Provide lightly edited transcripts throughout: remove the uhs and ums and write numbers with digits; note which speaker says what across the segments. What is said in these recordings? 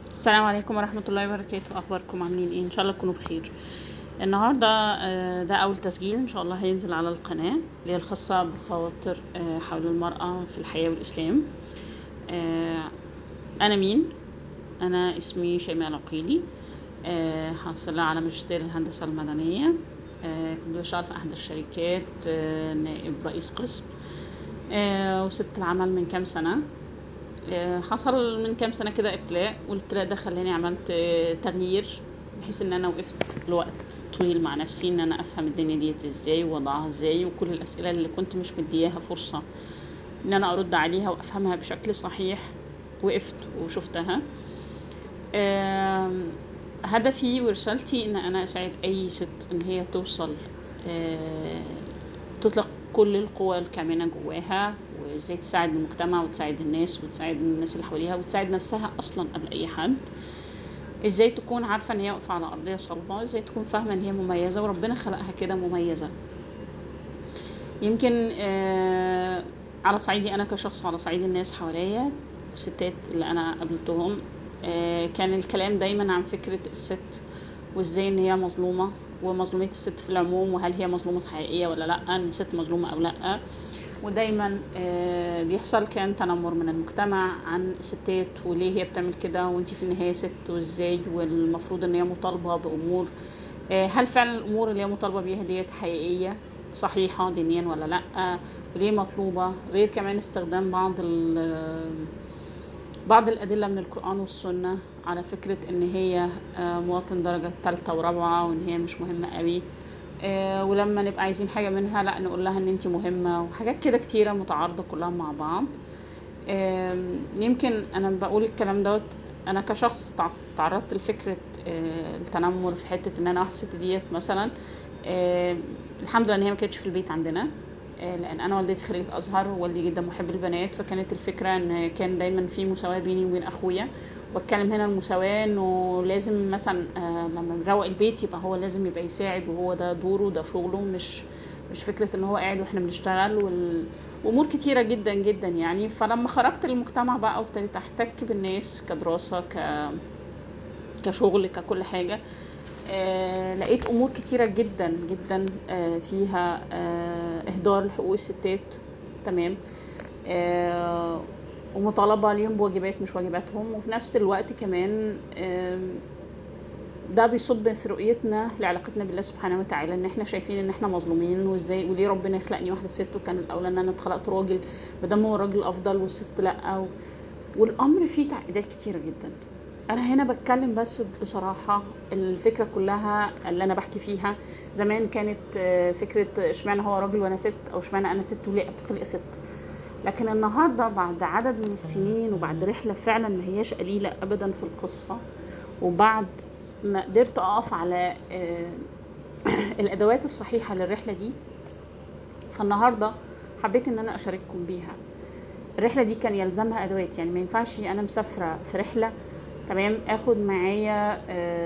Speaker 1: السلام عليكم ورحمة الله وبركاته. أخباركم عاملين إيه؟ إن شاء الله تكونوا بخير. النهاردة ده أول تسجيل إن شاء الله هينزل على القناة اللي هي الخاصة بخواطر حول المرأة في الحياة والإسلام. أنا مين؟ أنا اسمي شيماء العقيلي، حاصلة على ماجستير الهندسة المدنية. كنت بشتغل في أحد الشركات، نائب رئيس قسم، وسبت العمل من كام سنة. حصل من كام سنة كده ابتلاء، والابتلاء ده خلاني عملت تغيير، بحيث ان انا وقفت لوقت طويل مع نفسي ان انا افهم الدنيا ديت ازاي ووضعها ازاي، وكل الاسئلة اللي كنت مش مدياها فرصة ان انا ارد عليها وافهمها بشكل صحيح وقفت وشفتها. هدفي ورسالتي ان انا اساعد اي ست ان هي توصل، تطلق كل القوى الكامنة جواها، وازاي تساعد المجتمع وتساعد الناس وتساعد الناس اللي حواليها وتساعد نفسها اصلا قبل اي حد. ازاي تكون عارفة ان هي واقفة على ارضية صلبة، ازاي تكون فاهمة ان هي مميزة وربنا خلقها كده مميزة. يمكن على صعيدي انا كشخص وعلى صعيد الناس حواليا الستات اللي انا قابلتهم، كان الكلام دايما عن فكرة الست وازاي ان هي مظلومة، ومظلومية الست في العموم، وهل هي مظلومة حقيقية ولا لا، ان الست مظلومة او لا. ودايما بيحصل كان تنمر من المجتمع عن الستات، وليه هي بتعمل كده وانتي في النهاية ست، وازاي، والمفروض ان هي مطالبة بامور، هل فعلا الامور اللي هي مطالبة بيها ديت حقيقية صحيحة دينيا ولا لا، وليه مطلوبة. غير كمان استخدام بعض الأدلة من القرآن والسنة على فكرة إن هي مواطن درجة تالتة ورابعة، وإن هي مش مهمة قوي. ولما نبقى عايزين حاجة منها لا نقول لها إن أنتي مهمة، وحاجات كده كتيرة متعارضة كلها مع بعض. يمكن أنا بقول الكلام دوت، أنا كشخص تعرضت لفكرة التنمر في حتة إن أنا واحدة ست ديت مثلا. الحمد لله إن هي ما كانتش في البيت عندنا، لان انا والدتي خريجة ازهر، ووالدي جدا محب البنات، فكانت الفكرة ان كان دايما في مساواة بيني وبين اخويا. واتكلم هنا المساواة انه لازم مثلا لما بنروق البيت يبقى هو لازم يبقى يساعد، وهو ده دوره ده شغله، مش فكرة ان هو قاعد واحنا بنشتغل وامور كتيرة جدا جدا يعني. فلما خرجت للمجتمع بقى وابتديت احتك بالناس كدراسة كشغل ككل حاجة، لقيت امور كتيرة جدا جدا فيها اهدار لحقوق الستات. تمام. ومطالبة ليهم بواجبات مش واجباتهم، وفي نفس الوقت كمان ده بيصب في رؤيتنا لعلاقتنا بالله سبحانه وتعالى، ان احنا شايفين ان احنا مظلومين، وازاي وليه ربنا يخلقني واحدة ست، وكان الاولى ان انا اتخلقت راجل بدم هو الراجل افضل والست لا. والامر فيه تعقيدات كتيرة جدا. انا هنا بتكلم بس بصراحة، الفكرة كلها اللي انا بحكي فيها زمان كانت فكرة اشمعنى هو راجل وانا ست، او اشمعنى انا ست وليه اتخلق ست. لكن النهاردة بعد عدد من السنين، وبعد رحلة فعلا ما هياش قليلة ابدا في القصة، وبعد ما قدرت اقف على الادوات الصحيحة للرحلة دي، فالنهاردة حبيت ان انا اشارككم بيها. الرحلة دي كان يلزمها ادوات، يعني ما ينفعش انا مسافرة في رحلة تمام اخد معايا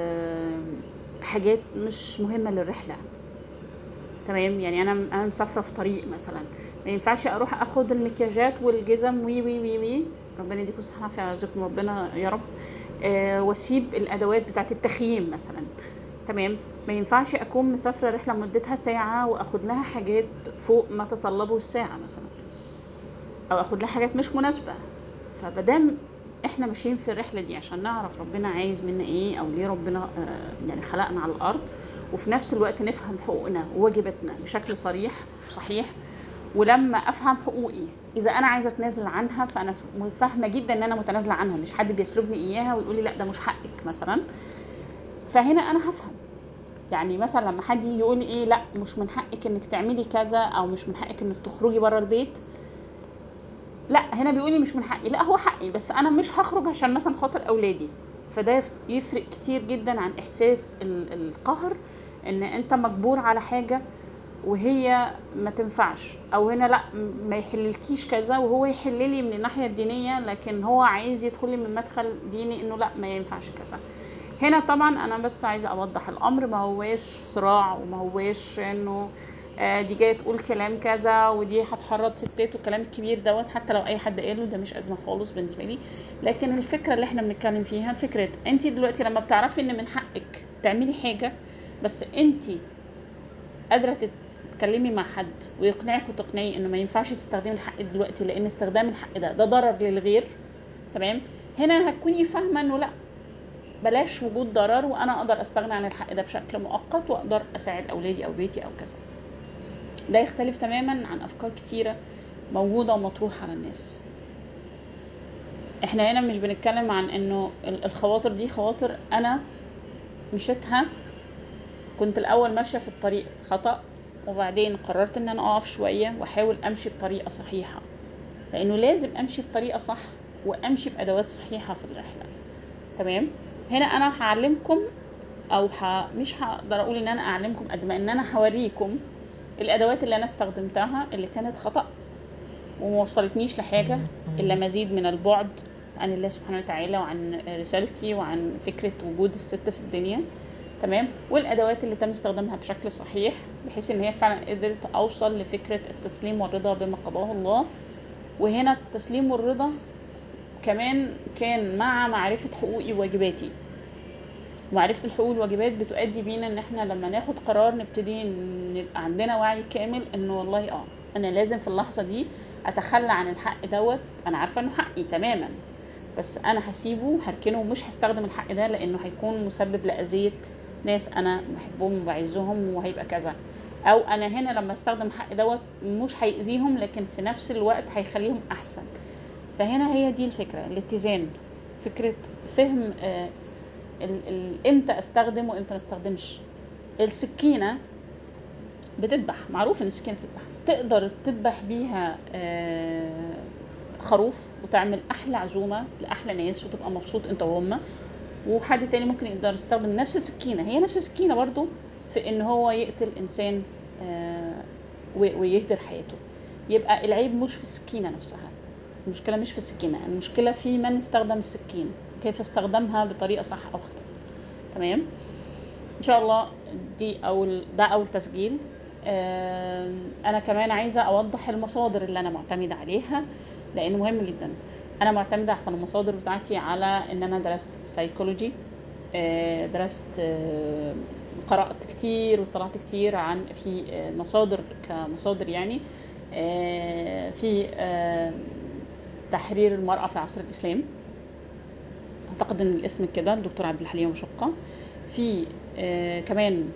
Speaker 1: حاجات مش مهمة للرحلة. تمام، يعني انا مسافرة في طريق مثلا، ما ينفعش اروح اخد المكياجات والجزم وي وي وي وي، ربنا يديكم الصحة في عزكم ربنا يا رب، واسيب الادوات بتاعت التخييم مثلا. تمام، ما ينفعش اكون مسافرة رحلة مدتها ساعة واخد لها حاجات فوق ما تطلبه الساعة مثلا، او اخد لها حاجات مش مناسبة. فبدام احنا ماشيين في الرحلة دي عشان نعرف ربنا عايز منا ايه، او ليه ربنا يعني خلقنا على الارض، وفي نفس الوقت نفهم حقوقنا وواجباتنا بشكل صحيح. ولما افهم حقوقي، اذا انا عايزه اتنازل عنها فانا فاهمه جدا ان انا متنازله عنها، مش حد بيسلبني اياها ويقول لي لا ده مش حقك مثلا. فهنا انا هفهم. يعني مثلا لما حد يقول لي ايه، لا مش من حقك انك تعملي كذا، او مش من حقك انك تخرجي بره البيت، لا هنا بيقولي مش من حقي، لا هو حقي، بس انا مش هخرج عشان مثلا خاطر اولادي. فده يفرق كتير جدا عن احساس القهر، ان انت مجبور على حاجة وهي ما تنفعش، او هنا لا ما يحللكيش كذا وهو يحللي من الناحية الدينية، لكن هو عايز يدخلي من مدخل ديني انه لا ما ينفعش كذا. هنا طبعا انا بس عايزة اوضح الامر، ما هواش صراع، وما هواش انه دي جايه تقول كلام كذا ودي هتحرض ستات والكلام الكبير دوت، حتى لو اي حد قاله ده مش ازمه خالص بالنسبه لي. لكن الفكره اللي احنا بنتكلم فيها فكره انت دلوقتي لما بتعرفي ان من حقك تعملي حاجه، بس انت قادره تتكلمي مع حد ويقنعك وتقنعيه انه ما ينفعش تستخدمي الحق دلوقتي لان استخدام الحق ده ضرر للغير، تمام، هنا هتكوني فاهمه انه لا، بلاش وجود ضرر، وانا اقدر استغنى عن الحق ده بشكل مؤقت واقدر اساعد اولادي او بيتي او كذا. ده يختلف تماما عن افكار كتيره موجوده ومطروحه على الناس. احنا هنا مش بنتكلم عن انه الخواطر دي خواطر انا مشيتها، كنت الاول ماشيه في الطريق خطأ وبعدين قررت ان انا اقف شويه واحاول امشي بطريقه صحيحه، لانه لازم امشي بطريقه صح وامشي بادوات صحيحه في الرحله، تمام. هنا انا هعلمكم او مش هقدر اقول ان انا اعلمكم قد ما ان انا هوريكم الادوات اللي انا استخدمتها اللي كانت خطأ وما وصلتنيش لحاجه الا مزيد من البعد عن الله سبحانه وتعالى وعن رسالتي وعن فكره وجود الست في الدنيا، تمام. والادوات اللي تم استخدامها بشكل صحيح بحيث ان هي فعلا قدرت اوصل لفكره التسليم والرضا بما قضاه الله. وهنا التسليم والرضا كمان كان مع معرفه حقوقي وواجباتي. معرفة الحقوق والواجبات بتؤدي بينا ان احنا لما ناخد قرار نبتدي نبقى عندنا وعي كامل انه والله انا لازم في اللحظة دي اتخلى عن الحق دوت، انا عارفة انه حقي تماما، بس انا هسيبه هركنه ومش هستخدم الحق ده لانه هيكون مسبب لأذية ناس انا بحبهم وبعزهم وهيبقى كذا. او انا هنا لما استخدم الحق دوت مش هيأذيهم لكن في نفس الوقت هيخليهم احسن. فهنا هي دي الفكرة، الاتزان، فكرة فهم امتى استخدم وامتى ما استخدمش. السكينة بتذبح، معروف ان السكينة بتذبح، تقدر تذبح بيها خروف وتعمل احلى عزومة لاحلى ناس وتبقى مبسوط انت وهم، وحد تاني ممكن يقدر يستخدم نفس السكينة، هي نفس السكينة برضو، في ان هو يقتل انسان ويهدر حياته. يبقى العيب مش في السكينة نفسها، المشكلة مش في السكينة، المشكلة في من استخدم السكين كيف استخدمها بطريقة صح او خطأ، تمام. ان شاء الله ده اول تسجيل. انا كمان عايزة اوضح المصادر اللي انا معتمدة عليها لانه مهم جدا. انا معتمدة في المصادر بتاعتي على ان انا درست سايكولوجي، درست قرأت كتير وطلعت كتير عن في مصادر كمصادر يعني في تحرير المرأة في عصر الإسلام، أعتقد أن الاسم كده الدكتور عبد الحليم مشقة. في كمان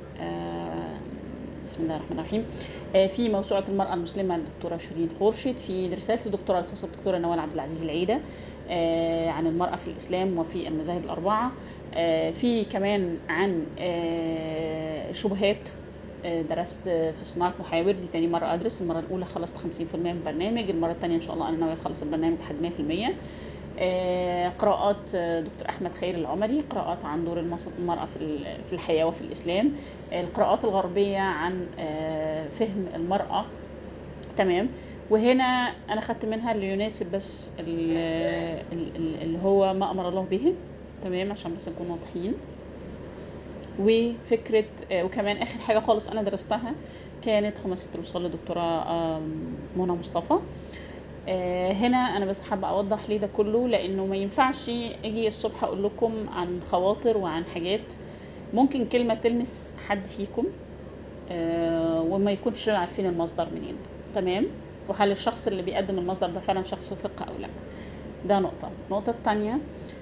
Speaker 1: بسم الله الرحمن الرحيم في موسوعة المرأة المسلمة للدكتورة شيرين خورشيد، في رسالة الدكتورة الخاصة الدكتورة نوال عبد العزيز العيدة عن المرأة في الإسلام وفي المذاهب الأربعة، في كمان عن شبهات، درست في صناعة محاور، دي تاني مرة أدرس، المرة الأولى خلصت 50% من البرنامج، المرة التانية إن شاء الله أنا ناوية أخلص البرنامج لحد 100%. قراءات دكتور أحمد خير العمري، قراءات عن دور المرأة في الحياة وفي الإسلام، القراءات الغربية عن فهم المرأة، تمام. وهنا أنا خدت منها اللي يناسب بس اللي هو ما أمر الله به، تمام، عشان بس نكون واضحين. وفكرة وكمان آخر حاجة خالص أنا درستها كانت خماسية الوصال لدكتورة منى مصطفى. هنا انا بس حابه اوضح ليه ده كله، لانه ما ينفعش اجي الصبح اقول لكم عن خواطر وعن حاجات ممكن كلمه تلمس حد فيكم وما يكونش عارفين المصدر منين، تمام، وهل الشخص اللي بيقدم المصدر ده فعلا شخص ثقه او لا. ده النقطه التانية،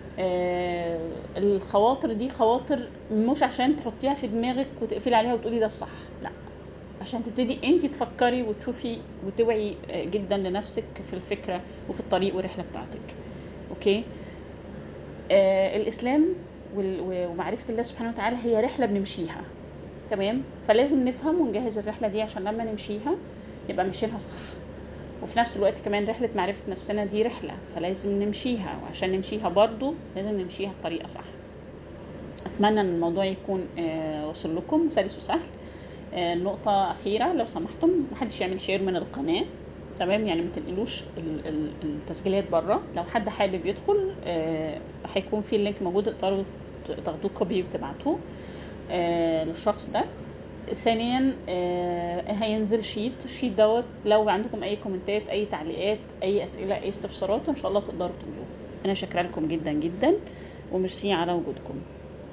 Speaker 1: الخواطر دي خواطر مش عشان تحطيها في دماغك وتقفلي عليها وتقولي ده الصح، لا، عشان تبتدي انت تفكري وتشوفي وتوعي جدا لنفسك في الفكرة وفي الطريق والرحلة بتاعتك. اوكي. الاسلام ومعرفة الله سبحانه وتعالى هي رحلة بنمشيها، تمام، فلازم نفهم ونجهز الرحلة دي عشان لما نمشيها يبقى ماشيينها صح. وفي نفس الوقت كمان رحلة معرفة نفسنا دي رحلة فلازم نمشيها، وعشان نمشيها برضو لازم نمشيها بطريقة صح. اتمنى ان الموضوع يكون وصل لكم سلس وسهل. نقطة أخيرة لو سمحتم محدش يعمل شير من القناة، تمام، يعني ما تنقلوش التسجيلات برا. لو حد حابب يدخل هيكون في اللينك موجود، تقدروا تاخدوه كوبي وتبعتوه للشخص ده. ثانيا هينزل الشيت دوت، لو عندكم اي كومنتات، اي تعليقات، اي اسئله، اي استفسارات، ان شاء الله تقدروا تقولوها. انا شاكره لكم جدا جدا، وميرسي على وجودكم.